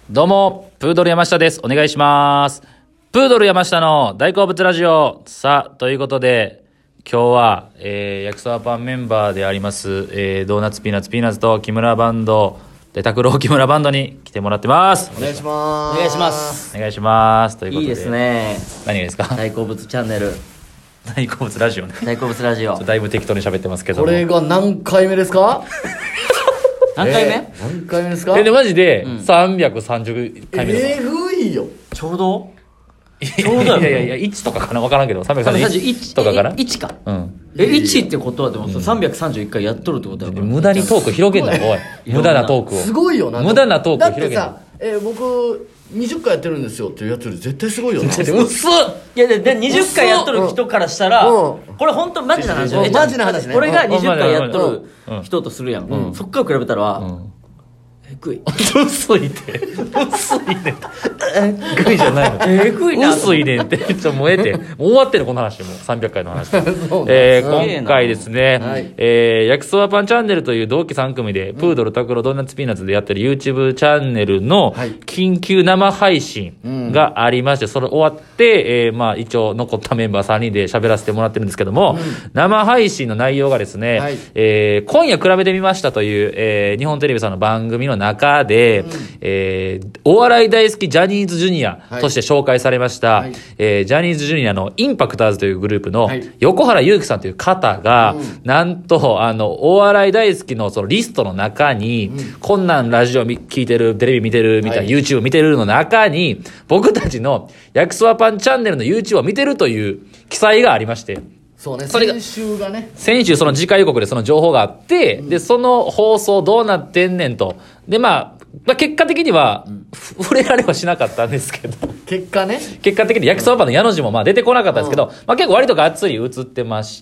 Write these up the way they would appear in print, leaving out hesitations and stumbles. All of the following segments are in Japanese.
どうも、プードル山下です。お願いします。プードル山下の大好物ラジオ。さあ、ということで、今日は、焼きそばパンメンバーであります、ドーナツピーナッツと木村バンド、で、拓郎木村バンドに来てもらってます。 お願いします。 お願いします。 お願いします。ということで。 いいですね。 何がですか？ 大好物チャンネル。 大好物ラジオね。 大好物ラジオ。 だいぶ適当に喋ってますけども。 これが何回目ですか？ 何回目？ 何回目ですか？ でマジで、330回目だえぐいよ。 ちょうどちょうどいや、1とかかな分からんけど、331とかかな 1か。 うん。 1ってことはでも331回やっとるってことだから。 無駄にトーク広げんな、おい。無駄なトークを。 すごいよな。 無駄なトークを広げんな。 だってさ、僕20回やってるんですよっていうやつより絶対すごいよな。 うっす！ いやで20回やっとる人からしたら、これ本当マジな話よね。 マジな話ね。 これが20回やっとる人とするやん。そっから比べたら、えぐい。 薄いって。薄いねん。えぐいじゃないの。 えぐいな。 薄いねんって。もうええって。もう終わってるこの話もう300回の話。今回ですね、焼きそばパンチャンネルという同期3組で、プードル、タクロ、ドーナツピーナッツでやってる YouTube チャンネルの緊急生配信がありまして、それ終わって、まあ一応残ったメンバー3人で喋らせてもらってるんですけども、生配信の内容がですね、今夜比べてみましたという、日本テレビさんの番組の中で、お笑い大好きジャニーズジュニアとして紹介されました、ジャニーズジュニアのインパクターズというグループの横原祐希さんという方が、なんとお笑い大好きのそのリストの中に、こんなんラジオ聞いてる、テレビ見てるみたいな、YouTube 見てるの中に、僕たちの焼きそばパンチャンネルの YouTube を見てるという記載がありまして、 そうね、 それが先週その次回予告でその情報があって、でその放送どうなってんねんと、でまあ結果的には、触れられはしなかったんですけど、 結果的に焼きそばパンの矢の字もまあ出てこなかったんですけど、まあ結構割とがっつり映ってまして、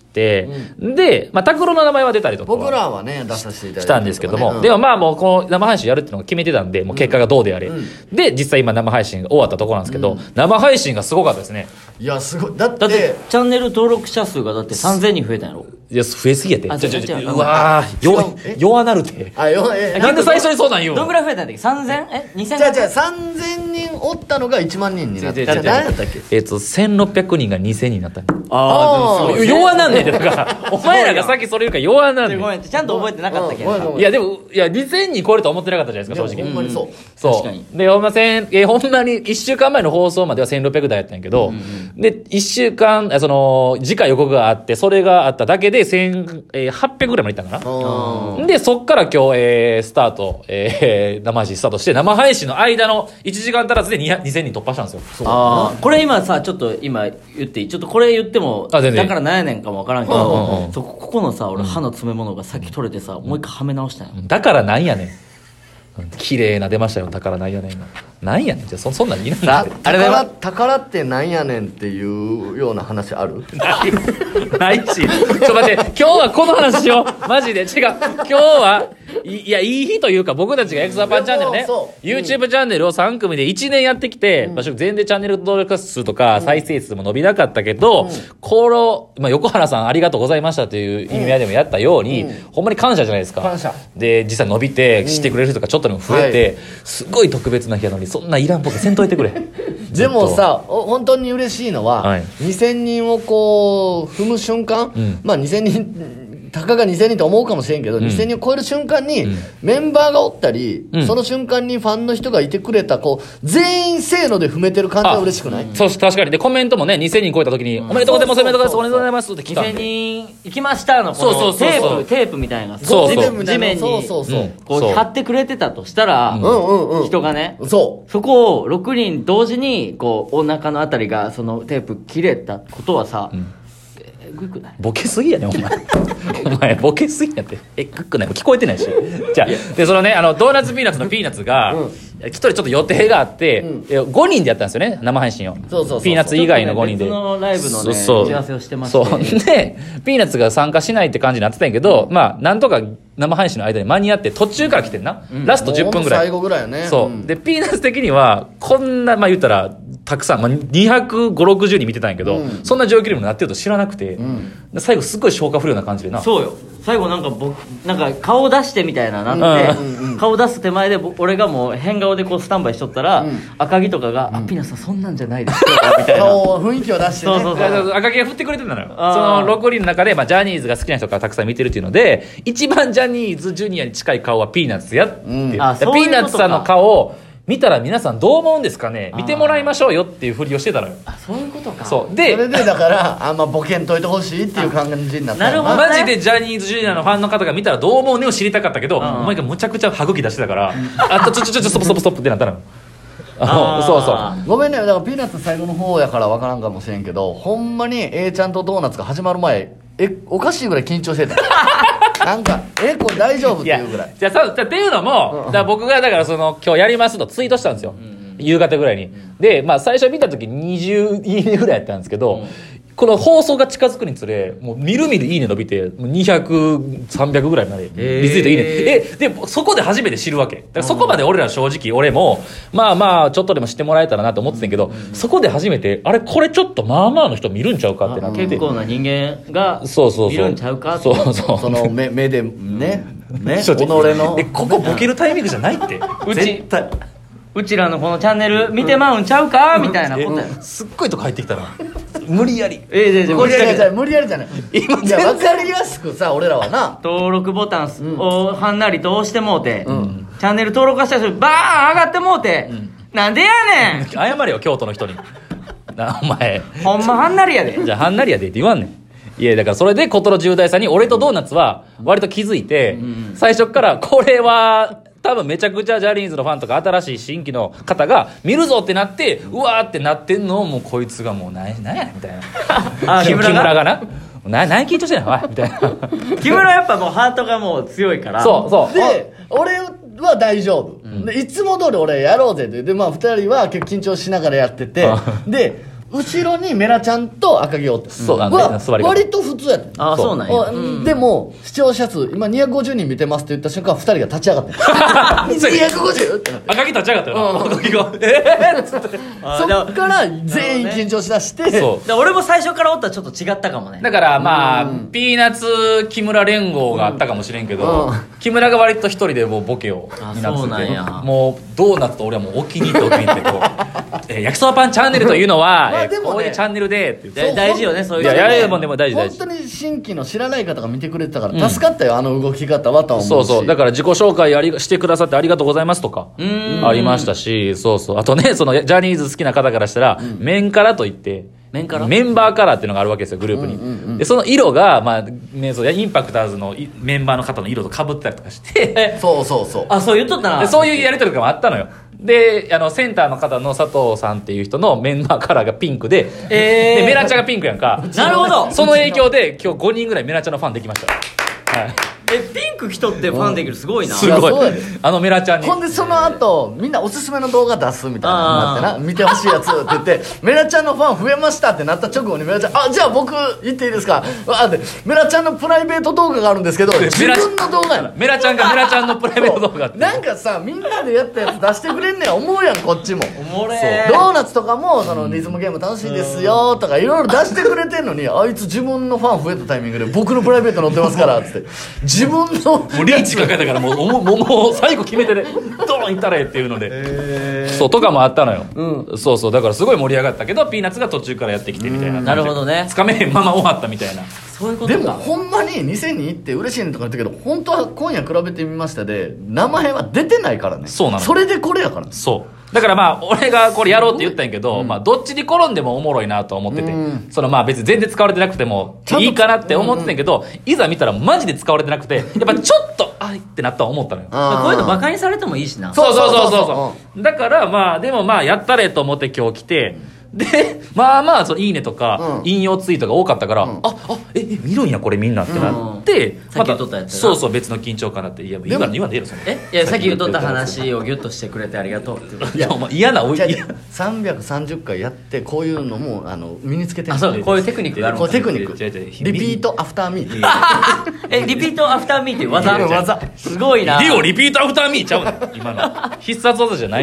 でまあ拓郎の名前は出たりとか僕らはね出させていただいてしたんですけども、でもまあもうこの生配信やるっていうのが決めてたんで、もう結果がどうであれ、で実際今生配信が終わったところなんですけど、生配信がすごかったですね。 いやすごい。だってチャンネル登録者数がだって3000人増えたんやろ。 いや増えすぎやって。うわー弱なるて。なんで最初にそうなん言うの？ どんぐらい増えたんだっけ？ 3000？ 2000？ じゃあ3000人おったのが1万人になった。何やったっけ ？1600人が2000人になった。 ああ、 弱なんねんだから。お前らがさっきそれ言うから弱なんねん。 ごめん、ちゃんと覚えてなかったけど。 いやでも、2000人超えると思ってなかったじゃないですか、正直。 ほんまにそう。 確かに。で、ほんまに1週間前の放送までは1600台やったんやけど、で、1週間、次回予告があって、それがあっただけで1800ぐらいまでいったんかな。で、そっから今日、スタート、生配信スタートして、生配信の間の1時間足らずで2000人突破したんですよ。 これ今さ、ちょっと今言っていい？ちょっとこれ言っても、だから何やねんかもわからんけど、ここのさ、俺歯の詰め物がさっき取れてさ、もう一回はめ直したんよ。 だからなんやねん。綺麗な出ましたよ。だからなんやねん。なんやねん。じゃあそんなんいらんねん。 宝ってなんやねんっていうような話ある？ ないし。ちょっと待って、今日はこの話しよう。マジで。違う。今日は、いや、いい日というか、僕たちが焼きそばパンチャンネルね、YouTube チャンネルを3組で1年やってきて、全然チャンネル登録数とか再生数も伸びなかったけど、横原さんありがとうございましたという意味合いでもやったように、ほんまに感謝じゃないですか。 感謝。 で、実際伸びて、知ってくれる人がちょっとでも増えて、すごい特別な日やのに、そんないらんことせんといてくれ。 でもさ、本当に嬉しいのは、2000人をこう踏む瞬間、まあ2000人たかが2000人と思うかもしれんけど、2000人を超える瞬間に、メンバーがおったり、その瞬間にファンの人がいてくれた、こう全員せーので踏めてる感じは嬉しくない？ そう、確かに。でコメントもね、2000人超えた時に、おめでとうございます、おめでとうございますって来たんで。 2000人行きましたのこのテープみたいな、地面にこう貼ってくれてたとしたら、人がね、そこを6人同時にこうお腹のあたりがそのテープ切れたことはさ、 ボケすぎやね、お前。お前、ボケすぎやって。グックない。聞こえてないし。じゃあ、で、そのね、ドーナツピーナッツのピーナッツが、一人ちょっと予定があって、5人でやったんですよね、生配信を。ピーナッツ以外の5人で。 別のライブのね、打ち合わせをしてましたね。 そう。で、ピーナッツが参加しないって感じになってたんやけど、まあ、なんとか生配信の間に間に合って途中から来てんな。ラスト10分ぐらい。 最後ぐらいよね。 そう。で、ピーナッツ的には、こんな、まあ言ったら、 たくさん、まあ、25060人見てたんやけど、そんな状況にもなってると知らなくて、最後すっごい消化不良な感じでな。 そうよ、最後なんか顔出してみたいななって、顔出す手前で俺がもう変顔でこうスタンバイしとったら、赤木とかが「あ、ピーナッツさんそんなんじゃないですよ」みたいな雰囲気を出してね。 そう赤木が振ってくれてたのよ。その6人の中で、まあ、ジャニーズが好きな人がたくさん見てるっていうので、一番ジャニーズジュニアに近い顔はピーナッツやって、ピーナッツさんの顔を見たら皆さんどう思うんですかね、見てもらいましょうよっていうふりをしてたのよ。 そういうことか。 そうで、それでだからあんまボケんといてほしいっていう感じになった。 なるほど、 マジでジャニーズジュニアのファンの方が見たらどう思うねを知りたかったけど、お前がむちゃくちゃ歯茎出してたからあとちょストップってなったのよ。そうそう、 ごめんね。だからピーナッツ最後の方やから分からんかもしれんけど、ほんまに A ちゃんとドーナツが始まる前おかしいぐらい緊張してたなんかこれ大丈夫っていうぐらい。 じゃあっていうのも、だから僕がだからその今日やりますとツイートしたんですよ、夕方ぐらいに。で、まあ最初見た時20いいねぐらいやったんですけど、この放送が近づくにつれもうみるみるいいね伸びて200、300ぐらいまでリツイートいいね。でそこで初めて知るわけだから、そこまで俺ら正直俺もまあまあちょっとでも知ってもらえたらなと思ってたんやけど、そこで初めてあれこれちょっとまあまあの人見るんちゃうかってなって、 結構な人間が見るんちゃうかって。 その目でね己のここボケるタイミングじゃないって絶対うちらのこのチャンネル見てまうんちゃうかみたいなことや。 すっごいとこ入ってきたな無理やり無理やりじゃない今じゃ分かりやすくさ、俺らはな登録ボタンをはんなりと押してもうて、チャンネル登録した人バーン上がってもうて、なんでやねん謝れよ京都の人にお前ほんまはんなりやで。 じゃあはんなりやでって言わんねん。いやだからそれで事の重大さに俺とドーナツは割と気づいて、最初からこれは多分めちゃくちゃジャニーズのファンとか新しい新規の方が見るぞってなってうわーってなってんのをもうこいつがもうなんやねんみたいな木村がな何緊張してんのおいみたいな木村やっぱもうハートがもう強いから。 そうで俺は大丈夫、いつも通り俺やろうぜってで、まあ2人は結構緊張しながらやっててで後ろにメラちゃんと赤木おって、割と普通やった。 あ、そうなんや。 でも視聴者数今250人見てますって言った瞬間2人が立ち上がって250ってなって赤木立ち上がったよな。赤木がっつってそっから全員緊張しだして、 俺も最初からおったらちょっと違ったかもね。 だからまあピーナッツ木村連合があったかもしれんけど、木村が割と一人でもうボケをになってて、 もうドーナツと俺はもうお気に入ってこう焼きそばパンチャンネルというのはこういうチャンネルでって言って大事よね、そういうの。 やるもんでも大事。 本当に新規の知らない方が見てくれてたから助かったよ、あの動き方はと思うし。 そうだから自己紹介してくださってありがとうございますとかありましたし、あとね、そのジャニーズ好きな方からしたらメンカラといってメンバーカラーっていうのがあるわけですよ、グループに。でその色が、まあね、インパクターズのメンバーの方の色と被ってたりとかしてそうあ、そう言っとったな。 そういうやり取りとかもあったのよ。でセンターの方の佐藤さんっていう人のメンバーカラーがピンクで、でメラちゃんがピンクやんか。 なるほど。 その影響で今日5人ぐらいメラちゃんのファンできました。はい、 ピンク着とってファンできる、すごいな。 すごい。メラちゃんに。 ほんでその後みんなおすすめの動画出すみたいななってな、見てほしいやつって言ってメラちゃんのファン増えましたってなった直後にメラちゃん、じゃあ僕言っていいですかってメラちゃんのプライベート動画があるんですけど、自分の動画やメラちゃんがメラちゃんのプライベート動画ってなんかさ、みんなでやったやつ出してくれんねや思うやん、こっちも。 おもれドーナツとかもそのリズムゲーム楽しいですよとかいろいろ出してくれてんのに、あいつ自分のファン増えたタイミングで僕のプライベート載ってますからっつって自分のもうリーチかけたからもう最後決めてねドーンいったれっていうので、そうとかもあったのよ、そうだからすごい盛り上がったけどピーナッツが途中からやってきてみたいな、 なるほどね、 つかめへんまま終わったみたいな。 そういうことか。 でもほんまに2000人行って嬉しいねとか言ったけど、本当は今夜比べてみましたで名前は出てないからね。 そうなの。 それでこれやからね。 そうだからまあ俺がこれやろうって言ったんやけど、まあどっちに転んでもおもろいなと思ってて、そのまあ別に全然使われてなくてもいいかなって思ってたんやけど、いざ見たらマジで使われてなくて、やっぱちょっとってなったと思ったのよ。 こういうのバカにされてもいいしな。 そうだからまあでもまあやったれと思って今日来て、でまあそのいいねとか、引用ツイートが多かったから、見るんやこれみんなってなって、 さっき言っとったやつ。 そう別の緊張感だって、いや言わんでええよそれ。 いやさっき言っとった話をギュッとしてくれてありがとうって。 いやお前嫌なおい 330回やってこういうのも身につけてる。 そう、こういうテクニックがある。 こうテクニックリピートアフターミーリピートアフターミーっていう技すごいな。 リピートアフターミーちゃうの今の必殺技じゃないのよ。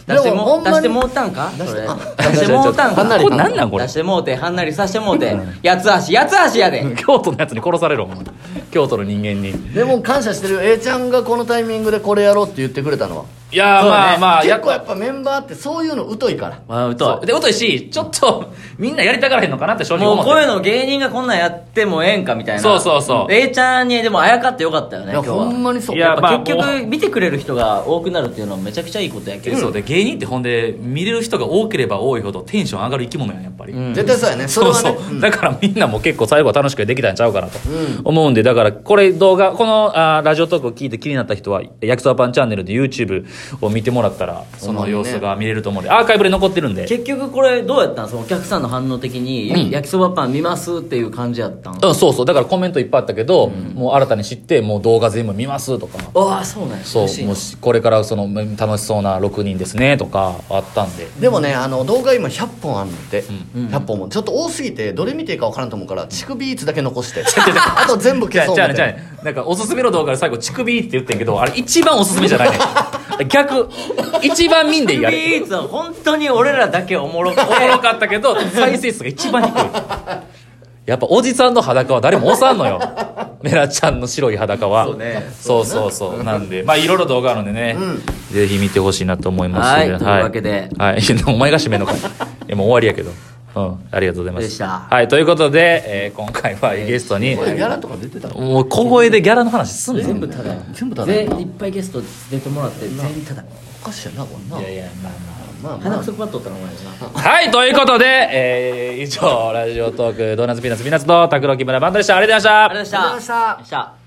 出してもうたんか出してもうたんかこれ何なんこれ出してもうてはんなりさしてもうて八つ橋やで京都のやつに殺されろ京都の人間に。 でも感謝してる A ちゃんがこのタイミングでこれやろうって言ってくれたのは。 いやまあ結構やっぱメンバーってそういうの疎いから。 疎いし、ちょっとみんなやりたがらへんのかなって正直思って。 もうこういうの芸人がこんなんやってもええんかみたいな。 そう。 A ちゃんにでもあやかってよかったよね。いやほんまにそう。 やっぱ結局見てくれる人が多くなるっていうのはめちゃくちゃいいことやけど。 そうで、芸人ってほんで見れる人が多ければ多いほどテンション上がる生き物やんやっぱり。 絶対そうやね。それはね。 だからみんなも結構最後は楽しくできたんちゃうかなと思うんで、だからこれ動画このラジオトークを聞いて気になった人は焼きそばパンチャンネルで YouTube を見てもらったらその様子が見れると思うんで、アーカイブで残ってるんで。 結局これどうやったん？そのお客さんの反応的に、焼きそばパン見ますっていう感じやったん？ そうだからコメントいっぱいあったけど、もう新たに知ってもう動画全部見ますとか。 ああそうなんや。 そうもうこれからその楽しそうな6人ですねとかあったんで。 でもね動画今100本あるので、100本もちょっと多すぎてどれ見ていいか分からんと思うから乳首いつだけ残してあと全部消そうみたいな。 なんかおすすめの動画で最後乳首って言ってんけど、あれ一番おすすめじゃないね逆一番見んでいいやれ。 ビーツは本当に俺らだけおもろかったけど再生数が一番低いやっぱおじさんの裸は誰も押さんのよメラちゃんの白い裸は。そうなんでまあいろいろ動画あるんでね、ぜひ見てほしいなと思います。 はい、というわけで、 はい、お前が締めんのかもう終わりやけど、ありがとうございます。 でした。 はい、ということで、今回はゲストに、 ギャラとか出てたの？ もう小声でギャラの話すんねん。 全部ただいっぱいゲスト出てもらって全員ただ。 おかしいなこんな。 いやまあ鼻くそパッとったらお前な。 はいということで、以上ラジオトークドーナツピーナッツと拓郎木村バンドでした。ありがとうございました。 ありがとうございました。